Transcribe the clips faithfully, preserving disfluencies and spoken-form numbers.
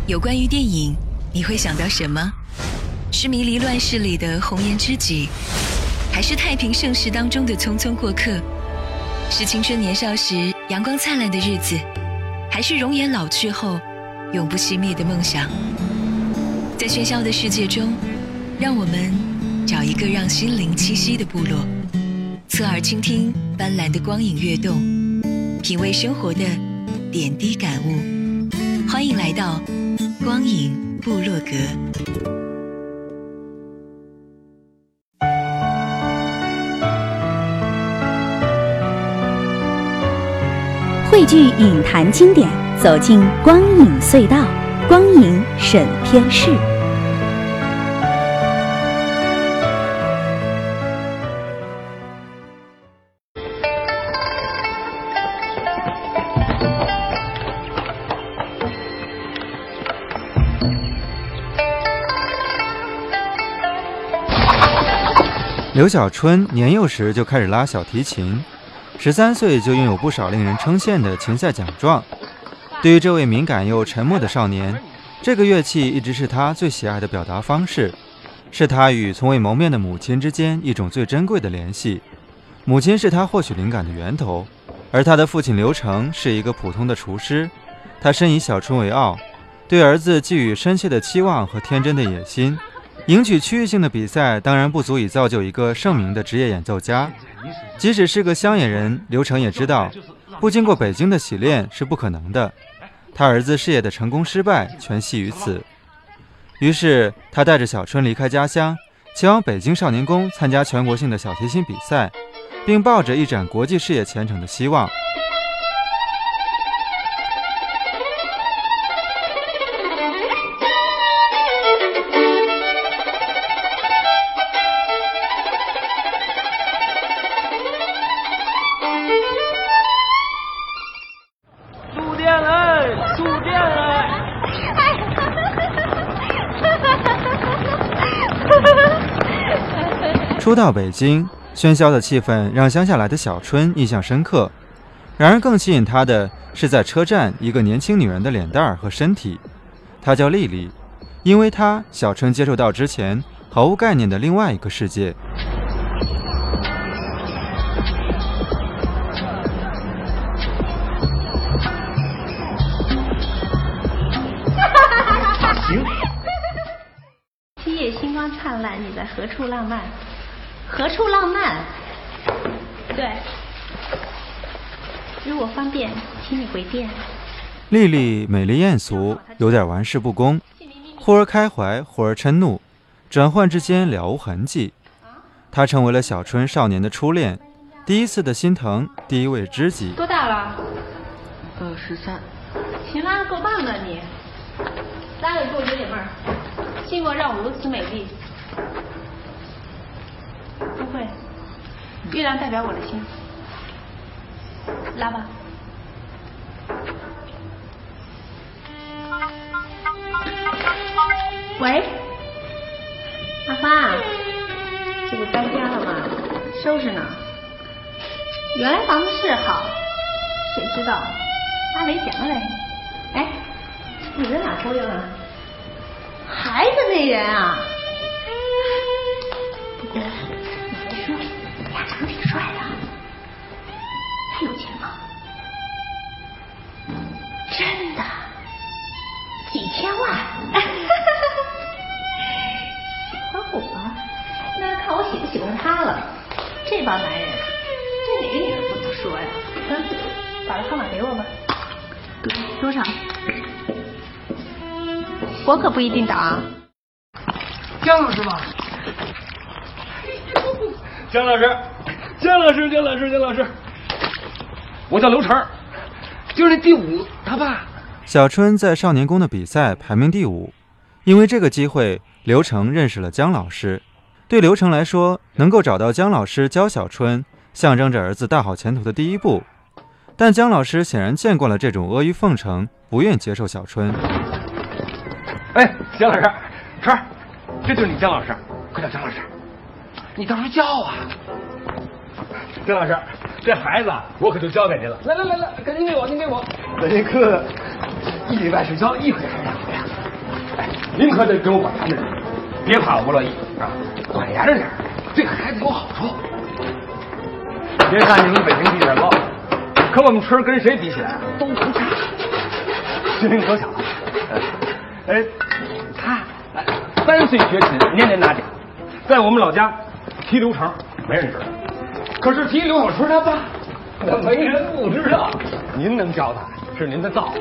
有关于电影，你会想到什么？是迷离乱世里的红颜知己，还是太平盛世当中的匆匆过客？是青春年少时阳光灿烂的日子，还是容颜老去后永不熄灭的梦想？在喧嚣的世界中，让我们找一个让心灵栖息的部落，侧耳倾听斑斓的光影跃动，品味生活的点滴感悟。欢迎来到光影部落格。 汇聚影坛经典，走进光影隧道，光影审片室。 刘小春年幼时就开始拉小提琴，十三岁就拥有不少令人称羡的琴赛奖状。对于这位敏感又沉默的少年，这个乐器一直是他最喜爱的表达方式，是他与从未谋面的母亲之间一种最珍贵的联系。母亲是他获取灵感的源头，而他的父亲刘成是一个普通的厨师。他深以小春为傲，对儿子寄予深切的期望和天真的野心。赢取区域性的比赛当然不足以造就一个盛名的职业演奏家，即使是个乡野人，刘成也知道不经过北京的洗练是不可能的。他儿子事业的成功失败全系于此。于是他带着小春离开家乡，前往北京少年宫参加全国性的小提琴比赛，并抱着一展国际事业前程的希望。初到北京，喧嚣的气氛让乡下来的小春印象深刻。然而更吸引他的是在车站一个年轻女人的脸蛋和身体。她叫丽丽，因为她，小春接触到之前毫无概念的另外一个世界。 七夜星光灿烂，你在何处浪漫？何处浪漫？对，如果方便，请你回电。 丽丽美丽艳俗，有点玩世不恭，忽而开怀，忽而嗔怒，转换之间了无痕迹。她成为了小春少年的初恋，第一次的心疼，第一位知己。 多大了？ 呃，十三。 行啦，够棒的你。拉个给我解解闷儿。寂寞让我如此美丽。不会，月亮代表我的心。拉吧。喂，阿花，这不搬家了吗？收拾呢。原来房子是好，谁知道阿没钱了嘞？哎，你在哪抽烟啊？还是那人啊？不过你别说，俩长得挺帅的。他有钱吗？真的？几千万？喜欢我？那看我喜不喜欢他了。这帮男人，对哪个女人不能说呀？嗯，把他号码给我吧。多少？我可不一定打。 姜老师吧，姜老师，姜老师，姜老师，姜老师，我叫刘成，就是那第五他爸。 小春在少年宫的比赛排名第五，因为这个机会，刘成认识了姜老师。对刘成来说，能够找到姜老师教小春，象征着儿子大好前途的第一步。但姜老师显然见惯了这种阿谀奉承，不愿接受小春。 哎，姜老师，春儿，这就是你姜老师，快叫姜老师，你到时候叫啊。姜老师，这孩子我可就交给您了。来来来来，赶紧给我，您给我。那这课一礼拜只教一回还是两回啊？ 哎，您可得给我管严着点，别怕我不乐意啊！管严着点，对孩子有好处。别看你们北京地点高，可我们村跟谁比起来都不差。就您可巧了，哎，他三岁学琴，年年拿奖，在我们老家提刘成没人知道，可是提刘小春他爸，那没人不知道。您能教他是您的造。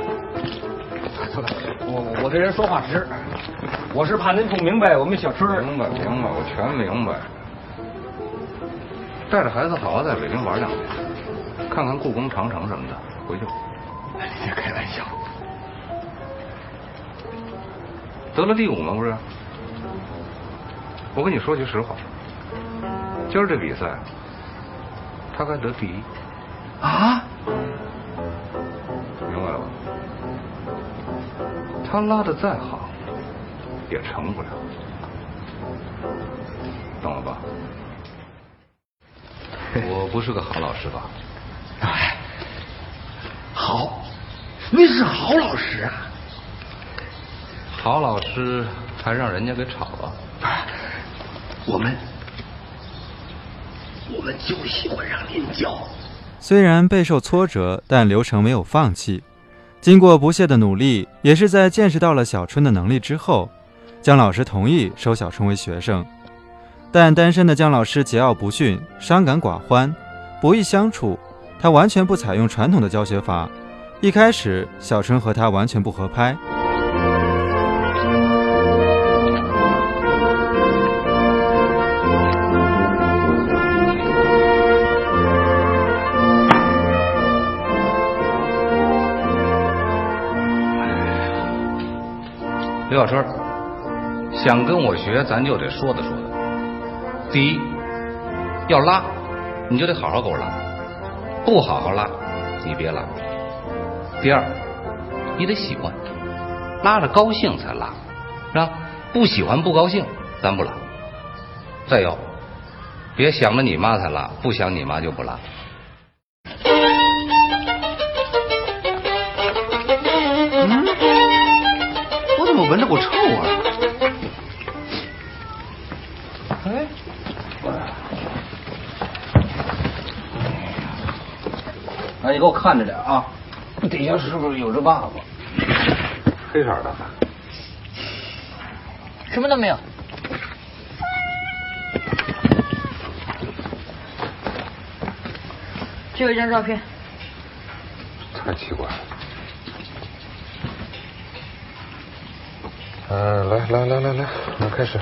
我我这人说话直，我是怕您不明白我们小春。 明白明白，我全明白。带着孩子好好在北京玩两天，看看故宫、长城什么的，回去吧。 您开玩笑。 得了第五吗？不是。我跟你说句实话，今儿这比赛，他该得第一。 啊？ 明白了吧？他拉的再好，也成不了，懂了吧？我不是个好老师吧？ 哎，好，您是好老师啊。 好老师还让人家给炒了。 我们，我们就喜欢让您教。 虽然备受挫折，但刘成没有放弃。经过不懈的努力，也是在见识到了小春的能力之后，姜老师同意收小春为学生。但单身的姜老师桀骜不驯，伤感寡欢，不易相处。他完全不采用传统的教学法。一开始，小春和他完全不合拍。 刘小春，想跟我学，咱就得说的说的。第一，要拉，你就得好好给我拉；不好好拉，你别拉。第二，你得喜欢，拉着高兴才拉，是吧？不喜欢不高兴，咱不拉。再有，别想着你妈才拉，不想你妈就不拉。 嗯，我怎么闻着股臭味？哎，哎，你给我看着点啊！底下是不是有只袜子？ 黑色的。 什么都没有。只有一张照片。 太奇怪了。呃，来来来来来，我们开始。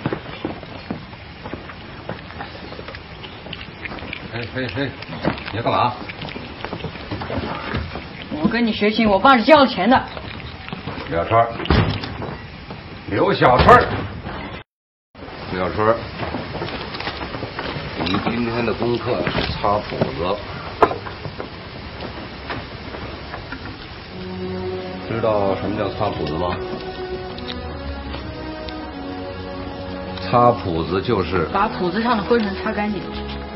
哎哎哎，你要干嘛？ 我跟你学琴，我爸是交了钱的。 刘小春，刘小春，刘小春，你今天的功课是擦谱子，知道什么叫擦谱子吗？擦谱子就是把谱子上的灰尘擦干净。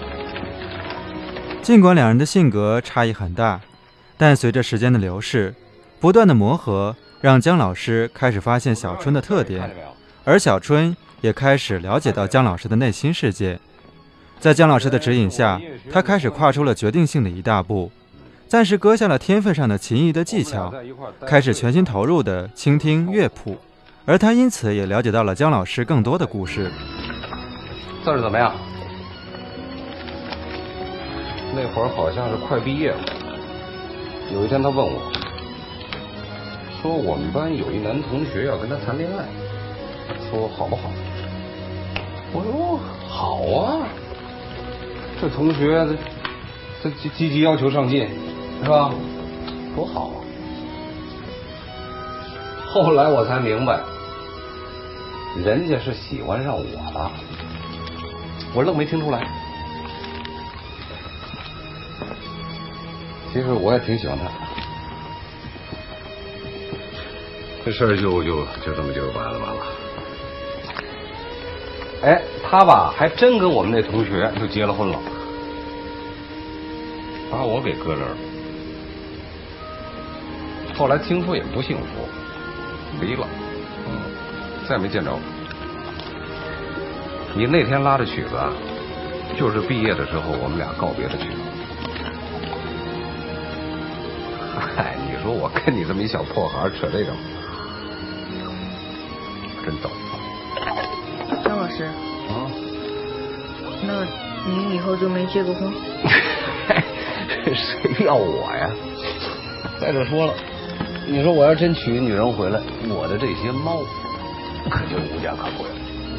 尽管两人的性格差异很大，但随着时间的流逝，不断的磨合让姜老师开始发现小春的特点，而小春也开始了解到姜老师的内心世界。在姜老师的指引下，他开始跨出了决定性的一大步，暂时搁下了天分上的琴艺的技巧，开始全心投入的倾听乐谱，而他因此也了解到了姜老师更多的故事。 字儿怎么样？那会儿好像是快毕业了，有一天他问我，说我们班有一男同学要跟他谈恋爱，说好不好？我说好啊，这同学这这积极要求上进，是吧？多好啊！后来我才明白，人家是喜欢上我了，我愣没听出来。其实我也挺喜欢他，这事儿就就就这么就完了完了。哎，他吧还真跟我们那同学就结了婚了，把我给搁这儿了。后来听说也不幸福，离了。嗯再没见着。你那天拉的曲子啊，就是毕业的时候我们俩告别的曲子。嗨，你说我跟你这么一小破孩扯这个，真逗。 张老师。 啊？ 那您以后就没结过婚？ 谁要我呀？再者说了，你说我要真娶女人回来，我的这些猫可就无家可归了。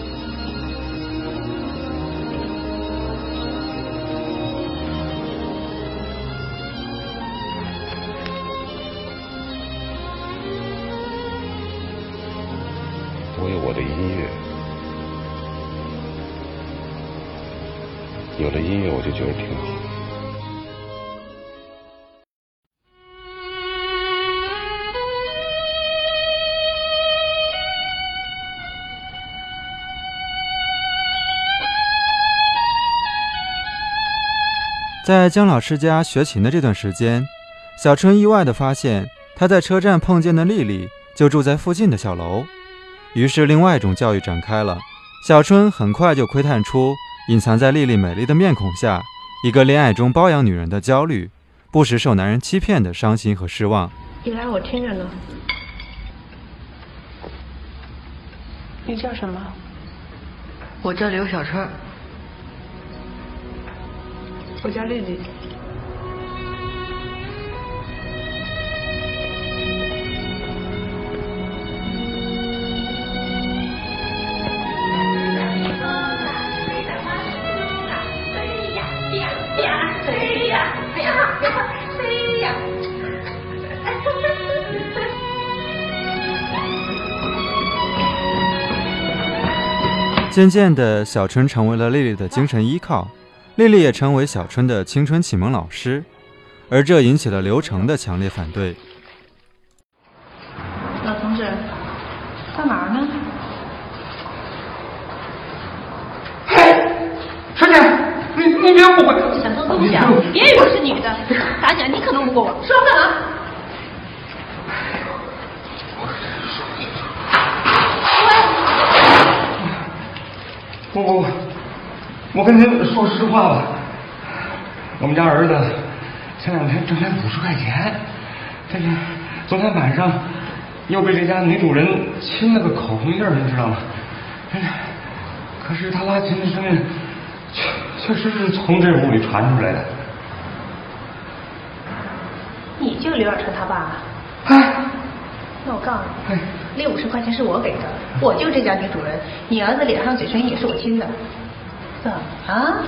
我有我的音乐，有了音乐我就觉得挺好。 在姜老师家学琴的这段时间，小春意外地发现他在车站碰见的丽丽就住在附近的小楼，于是另外一种教育展开了。小春很快就窥探出隐藏在丽丽美丽的面孔下一个恋爱中包养女人的焦虑，不时受男人欺骗的伤心和失望。 你来我听着呢。你叫什么？ 我叫刘小春。 我叫丽丽。 渐渐的，小春成为了丽丽的精神依靠，丽丽也成为小春的青春启蒙老师，而这引起了刘成的强烈反对。 老同志，干嘛呢？ 师姐，你你别误会， 想多东西啊！别以为我是女的，打起来你可弄不过我。说干嘛？ 我我我跟您说实话吧，我们家儿子前两天挣来五十块钱，这个昨天晚上又被这家女主人亲了个口红印儿，您知道吗？可是他拉琴的声音确确实是从这屋里传出来的。 你就刘小春他爸？ 哎， 那我告诉你，那五十块钱是我给的，我就这家女主人，你儿子脸上嘴唇也是我亲的。怎么啊？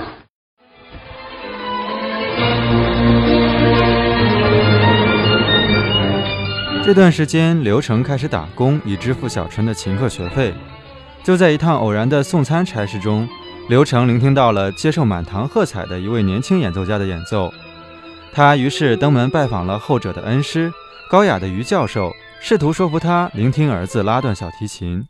这段时间，刘成开始打工以支付小春的琴课学费。就在一趟偶然的送餐差事中，刘成聆听到了接受满堂喝彩的一位年轻演奏家的演奏，他于是登门拜访了后者的恩师高雅的于教授，试图说服他聆听儿子拉段小提琴。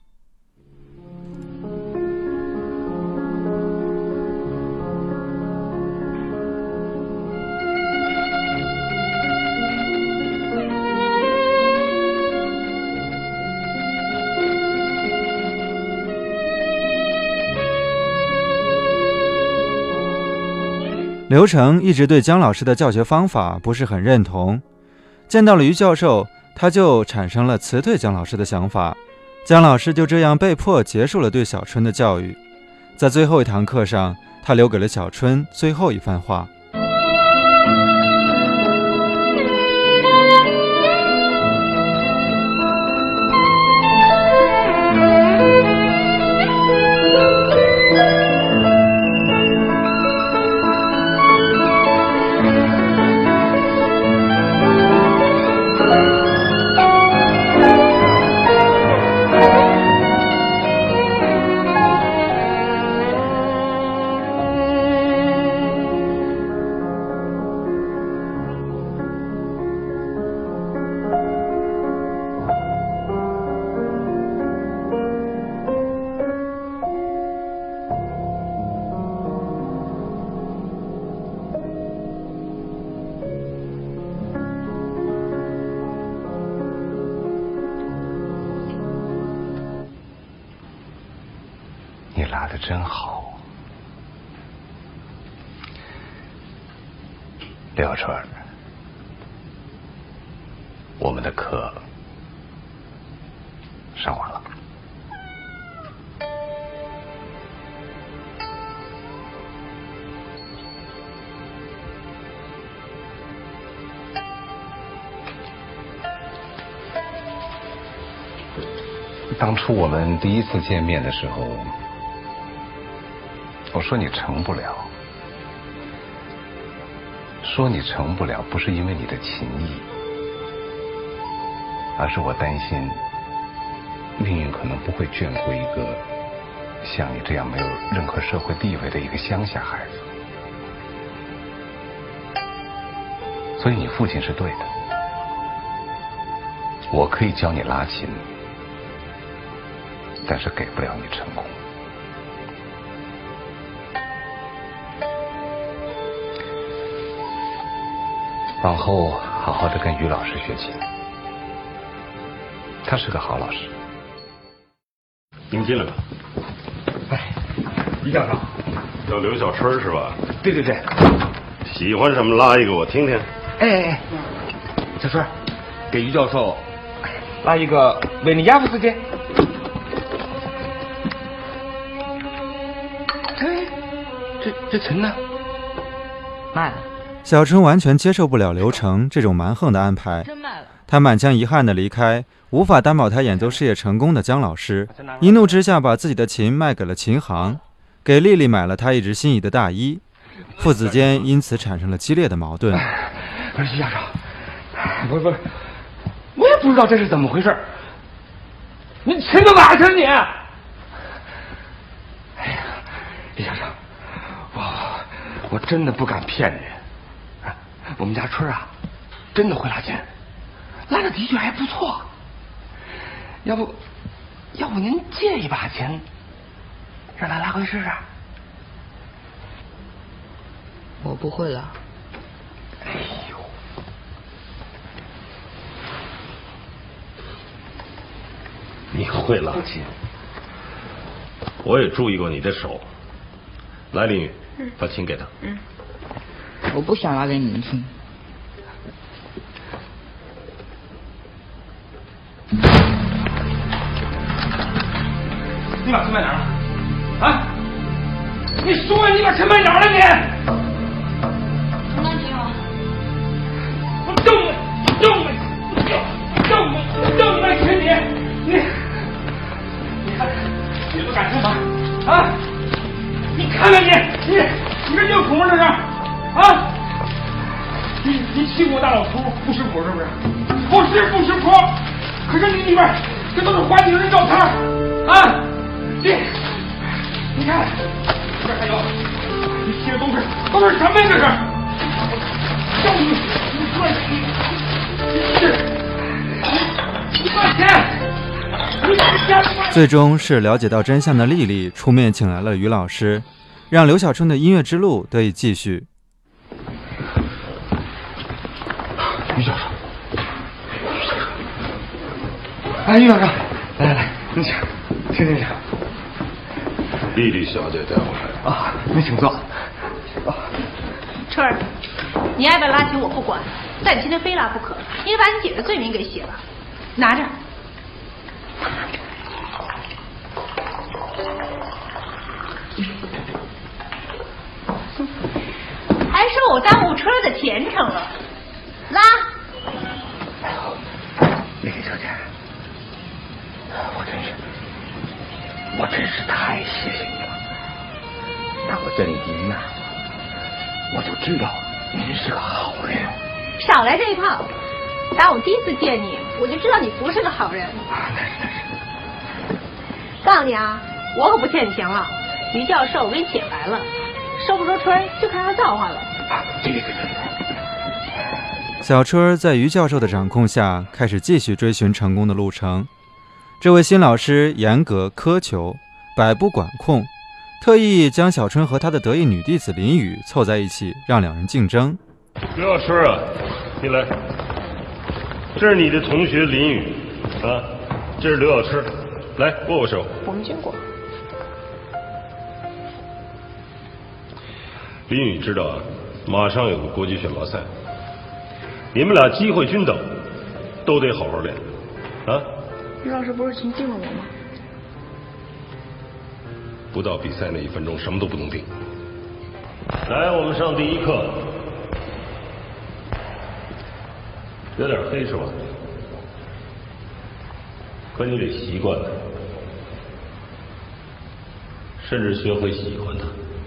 刘成一直对姜老师的教学方法不是很认同，见到了于教授，他就产生了辞退姜老师的想法。姜老师就这样被迫结束了对小春的教育。在最后一堂课上，他留给了小春最后一番话。 你拉得真好，刘小春，我们的课上完了。当初我们第一次见面的时候，我说你成不了，说你成不了，不是因为你的情谊，而是我担心命运可能不会眷顾一个像你这样没有任何社会地位的一个乡下孩子。所以你父亲是对的，我可以教你拉琴，但是给不了你成功。往后好好的跟于老师学琴，他是个好老师。 您进来吧。 哎，于教授， 叫刘小春是吧？ 对对对。 喜欢什么拉一个我听听。 哎哎哎，小春，给于教授拉一个维尼亚夫斯基。哎，这这琴呢？ 卖了。 小春完全接受不了刘成这种蛮横的安排，他满腔遗憾地离开无法担保他演奏事业成功的姜老师，一怒之下把自己的琴卖给了琴行，给丽丽买了她一直心仪的大衣，父子间因此产生了激烈的矛盾。 不是徐教授，不是不是，我也不知道这是怎么回事，你琴都哪去了你？哎呀，李先生，我我真的不敢骗你。我们家春啊，真的会拉琴，拉的的确还不错。要不，要不您借一把琴，让他拉回试试？ 我不会拉。 哎呦， 你会拉琴，我也注意过你的手。来，林宇，把琴给他。 嗯。我不想拉给你们听。 你把车卖哪儿了？啊！你说你把车卖哪儿了你？ 陈丹青啊！ 我就你，就你，就就你，就你卖车你你你看你不敢出门啊！你看看你你你这硬孔吗这是？啊！你你欺负我大老粗不识谱是不是？不是不识谱，可是你里边这都是环境人照片啊！你你看，这还有，你贴的都是都是什么呀？这是？叫你你快你你你快钱！你钱！ 最终是了解到真相的丽丽出面请来了于老师，让刘小春的音乐之路得以继续。 于教授，哎，于教授，来来来，你请，请请请。 丽丽小姐带我来啊，您请坐。 春儿，你爱不爱拉琴我不管，但你今天非拉不可，因为把你姐的罪名给写了。拿着。还说我耽误春儿的前程了。拉！ 丽丽小姐，我真是，我真是太谢谢你了。打我这里一那，我就知道您是个好人。 少来这一套！打我第一次见你，我就知道你不是个好人。 啊，那是那是。 告诉你啊，我可不欠你钱了。于教授，我给你写白了，收不收春就看他造化了。 啊，对对对对。 小春在于教授的掌控下，开始继续追寻成功的路程。这位新老师严格苛求，百不管控，特意将小春和他的得意女弟子林雨凑在一起，让两人竞争。 刘小春啊，你来，这是你的同学林雨啊，这是刘小春，来握握手。 我们见过。 林宇知道啊，马上有个国际选拔赛，你们俩机会均等，都得好好练啊。 于老师不是已经定了我吗？ 不到比赛那一分钟，什么都不能定。来，我们上第一课。有点黑是吧？可你得习惯它，甚至学会喜欢它。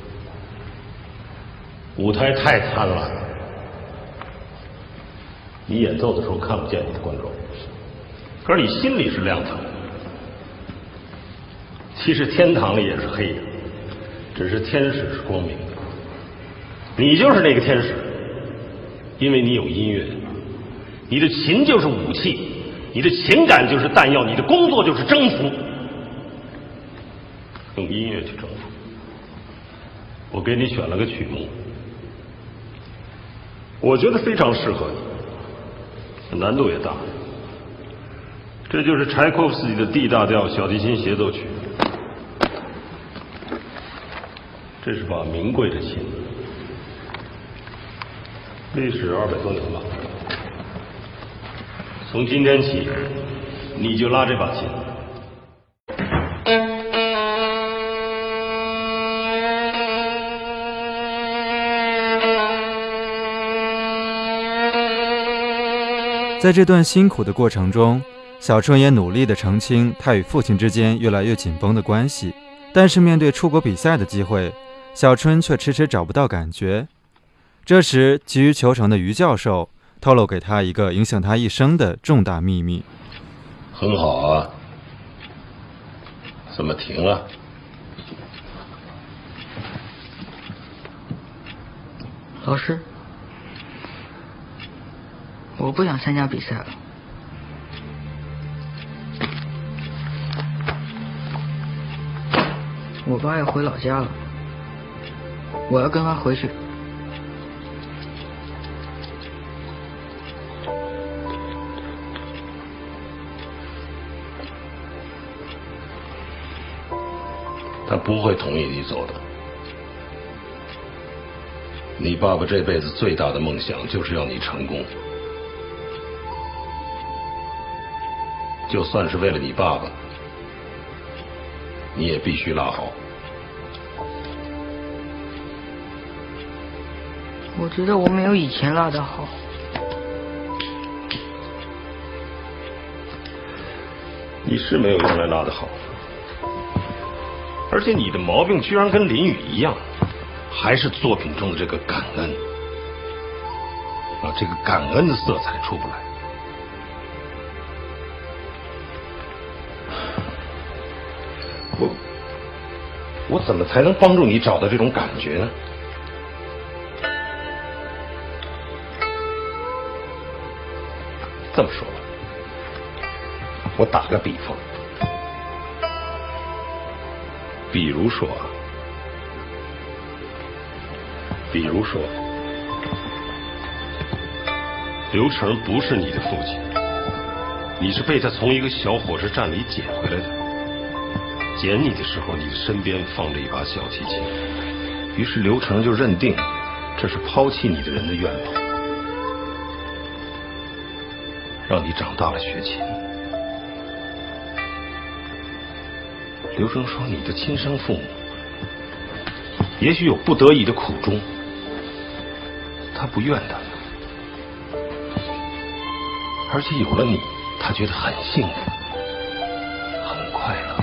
舞台太灿烂了，你演奏的时候看不见你的观众，可是你心里是亮堂的。其实天堂里也是黑的，只是天使是光明的。你就是那个天使，因为你有音乐，你的琴就是武器，你的情感就是弹药，你的工作就是征服，用音乐去征服。我给你选了个曲目，我觉得非常适合你，难度也大。这就是柴可夫斯基的 D 大调小提琴协奏曲。这是把名贵的琴，历史二百多年了。从今天起，你就拉这把琴。 在这段辛苦的过程中，小春也努力地澄清他与父亲之间越来越紧绷的关系，但是面对出国比赛的机会，小春却迟迟找不到感觉。这时急于求成的于教授透露给他一个影响他一生的重大秘密。 很好啊，怎么停了？ 老师，我不想参加比赛了。我爸要回老家了，我要跟他回去。 他不会同意你走的。你爸爸这辈子最大的梦想就是要你成功，就算是为了你爸爸，你也必须拉好。 我觉得我没有以前拉得好。 你是没有原来拉得好，而且你的毛病居然跟林雨一样，还是作品中的这个感恩啊，这个感恩的色彩出不来。我我怎么才能帮助你找到这种感觉呢？这么说吧，我打个比方，比如说啊，比如说，刘成不是你的父亲，你是被他从一个小火车站里捡回来的。捡你的时候，你的身边放着一把小提琴，于是刘成就认定这是抛弃你的人的愿望，让你长大了学琴。刘成说，你的亲生父母也许有不得已的苦衷，他不怨他，而且有了你，他觉得很幸福，很快乐。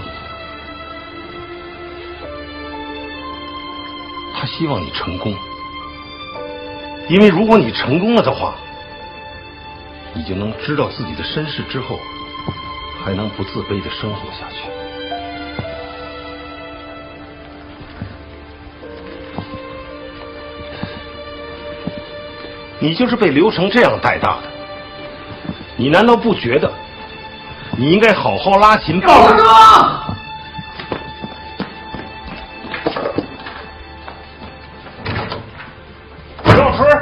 他希望你成功，因为如果你成功了的话，你就能知道自己的身世之后，还能不自卑地生活下去。你就是被刘成这样带大的，你难道不觉得你应该好好拉琴？抱着说，刘老师，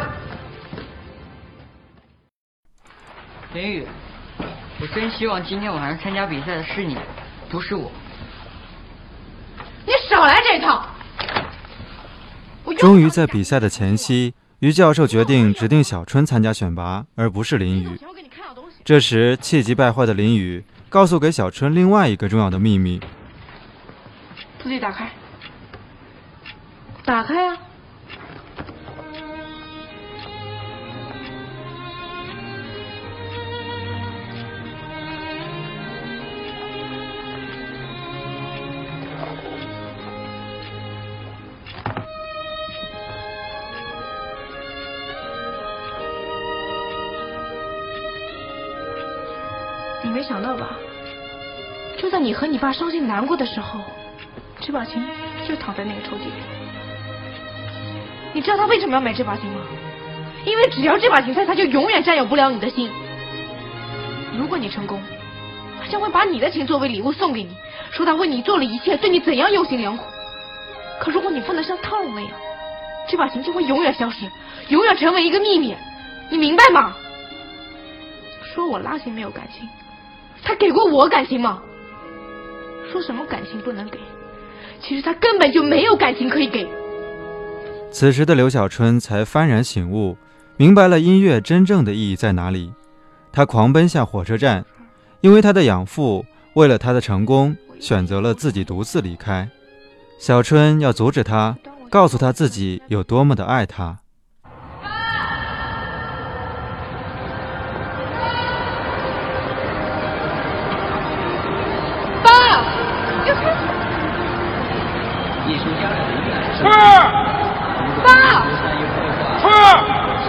林雨，我真希望今天晚上参加比赛的是你，不是我。 你少来这套！我终于在比赛的前夕，于教授决定指定小春参加选拔，而不是林雨。这时气急败坏的林雨告诉给小春另外一个重要的秘密： 自己打开，打开啊！你没想到吧？就在你和你爸伤心难过的时候，这把琴就躺在那个抽屉里。你知道他为什么要买这把琴吗？因为只要这把琴在，他就永远占有不了你的心。如果你成功，他将会把你的琴作为礼物送给你，说他为你做了一切，对你怎样用心良苦。可如果你犯得像汤龙那样，这把琴就会永远消失，永远成为一个秘密。你明白吗？说我拉琴没有感情，他给过我感情吗？说什么感情不能给，其实他根本就没有感情可以给。 此时的刘小春才幡然醒悟，明白了音乐真正的意义在哪里。他狂奔向火车站，因为他的养父为了他的成功，选择了自己独自离开。小春要阻止他，告诉他自己有多么的爱他。 春儿，爸，春儿。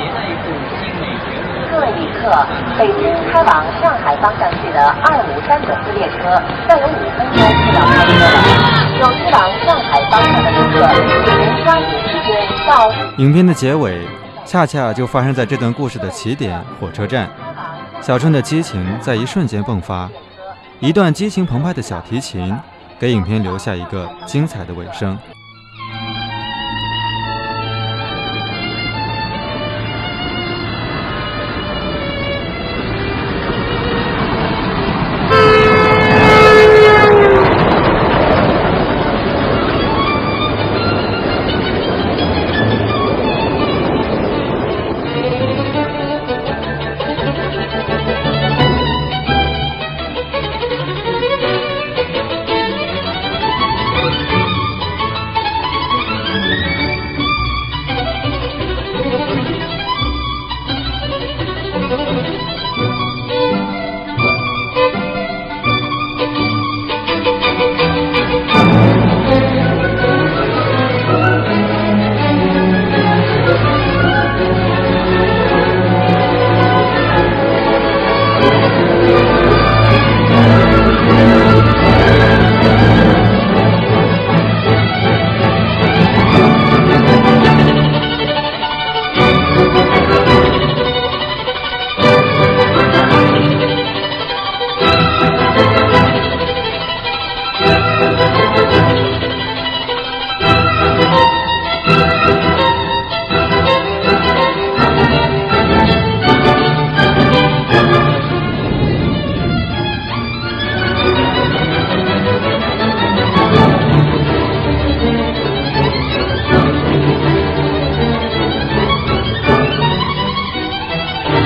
各位旅客，北京开往上海方向去的二五三九次列车再有五分钟就要开车了。有去往上海方向的旅客，请您抓紧时间到。 影片的结尾恰恰就发生在这段故事的起点火车站。小春的激情在一瞬间迸发，一段激情澎湃的小提琴给影片留下一个精彩的尾声。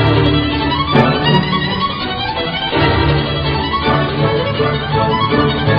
Thank you.